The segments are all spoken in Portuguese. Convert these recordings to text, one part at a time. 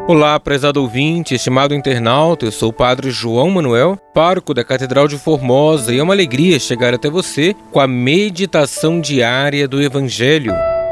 Olá, prezado ouvinte, estimado internauta, eu sou o Padre João Manuel, pároco da Catedral de Formosa, e é uma alegria chegar até você com a meditação diária do Evangelho.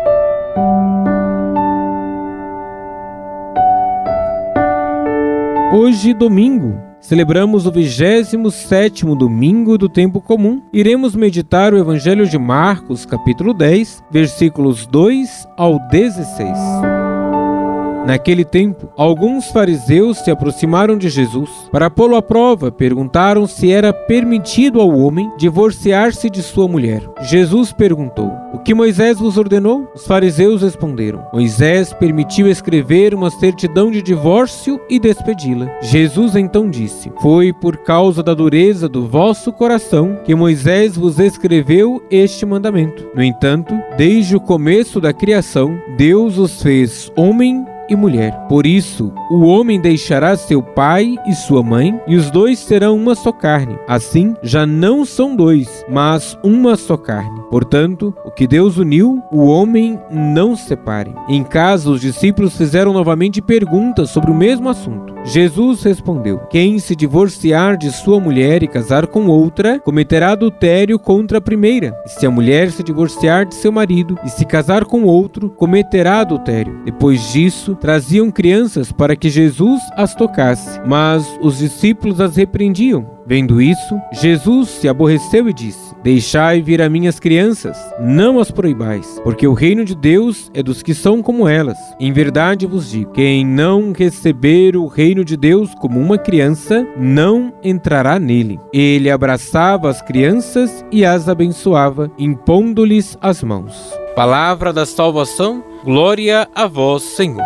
Hoje, domingo, celebramos o 27º domingo do tempo comum. Iremos meditar o Evangelho de Marcos, capítulo 10, versículos 2 ao 16. Naquele tempo, alguns fariseus se aproximaram de Jesus. Para pô-lo à prova, perguntaram se era permitido ao homem divorciar-se de sua mulher. Jesus perguntou: "O que Moisés vos ordenou?" Os fariseus responderam: "Moisés permitiu escrever uma certidão de divórcio e despedi-la." Jesus então disse: "Foi por causa da dureza do vosso coração que Moisés vos escreveu este mandamento. No entanto, desde o começo da criação, Deus os fez homem e mulher. Por isso, o homem deixará seu pai e sua mãe, e os dois serão uma só carne. Assim, já não são dois, mas uma só carne. Portanto, o que Deus uniu, o homem não separe." Em casa, os discípulos fizeram novamente perguntas sobre o mesmo assunto. Jesus respondeu: "Quem se divorciar de sua mulher e casar com outra, cometerá adultério contra a primeira. E se a mulher se divorciar de seu marido e se casar com outro, cometerá adultério." Depois disso, traziam crianças para que Jesus as tocasse, mas os discípulos as repreendiam. Vendo isso, Jesus se aborreceu e disse: "Deixai vir a minhas crianças, não as proibais, porque o reino de Deus é dos que são como elas. Em verdade vos digo, quem não receber o reino de Deus como uma criança, não entrará nele." Ele abraçava as crianças e as abençoava, impondo-lhes as mãos. Palavra da salvação, glória a vós, Senhor.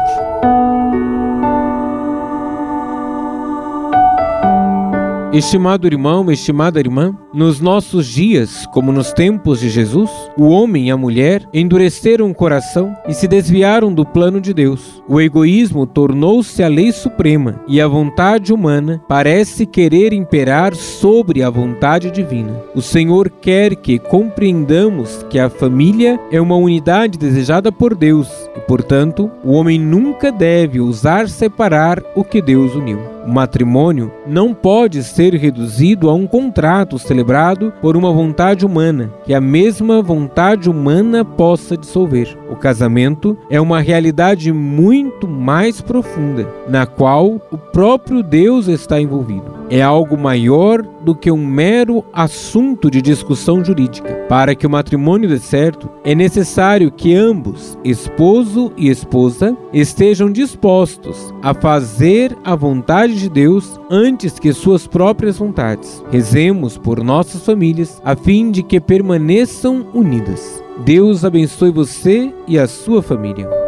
Estimado irmão, estimada irmã, nos nossos dias, como nos tempos de Jesus, o homem e a mulher endureceram o coração e se desviaram do plano de Deus. O egoísmo tornou-se a lei suprema e a vontade humana parece querer imperar sobre a vontade divina. O Senhor quer que compreendamos que a família é uma unidade desejada por Deus e, portanto, o homem nunca deve ousar separar o que Deus uniu. O matrimônio não pode ser reduzido a um contrato celebrado por uma vontade humana, que a mesma vontade humana possa dissolver. O casamento é uma realidade muito mais profunda, na qual o próprio Deus está envolvido. É algo maior do que um mero assunto de discussão jurídica. Para que o matrimônio dê certo, é necessário que ambos, esposo e esposa, estejam dispostos a fazer a vontade de Deus antes que suas próprias vontades. Rezemos por nossas famílias, a fim de que permaneçam unidas. Deus abençoe você e a sua família.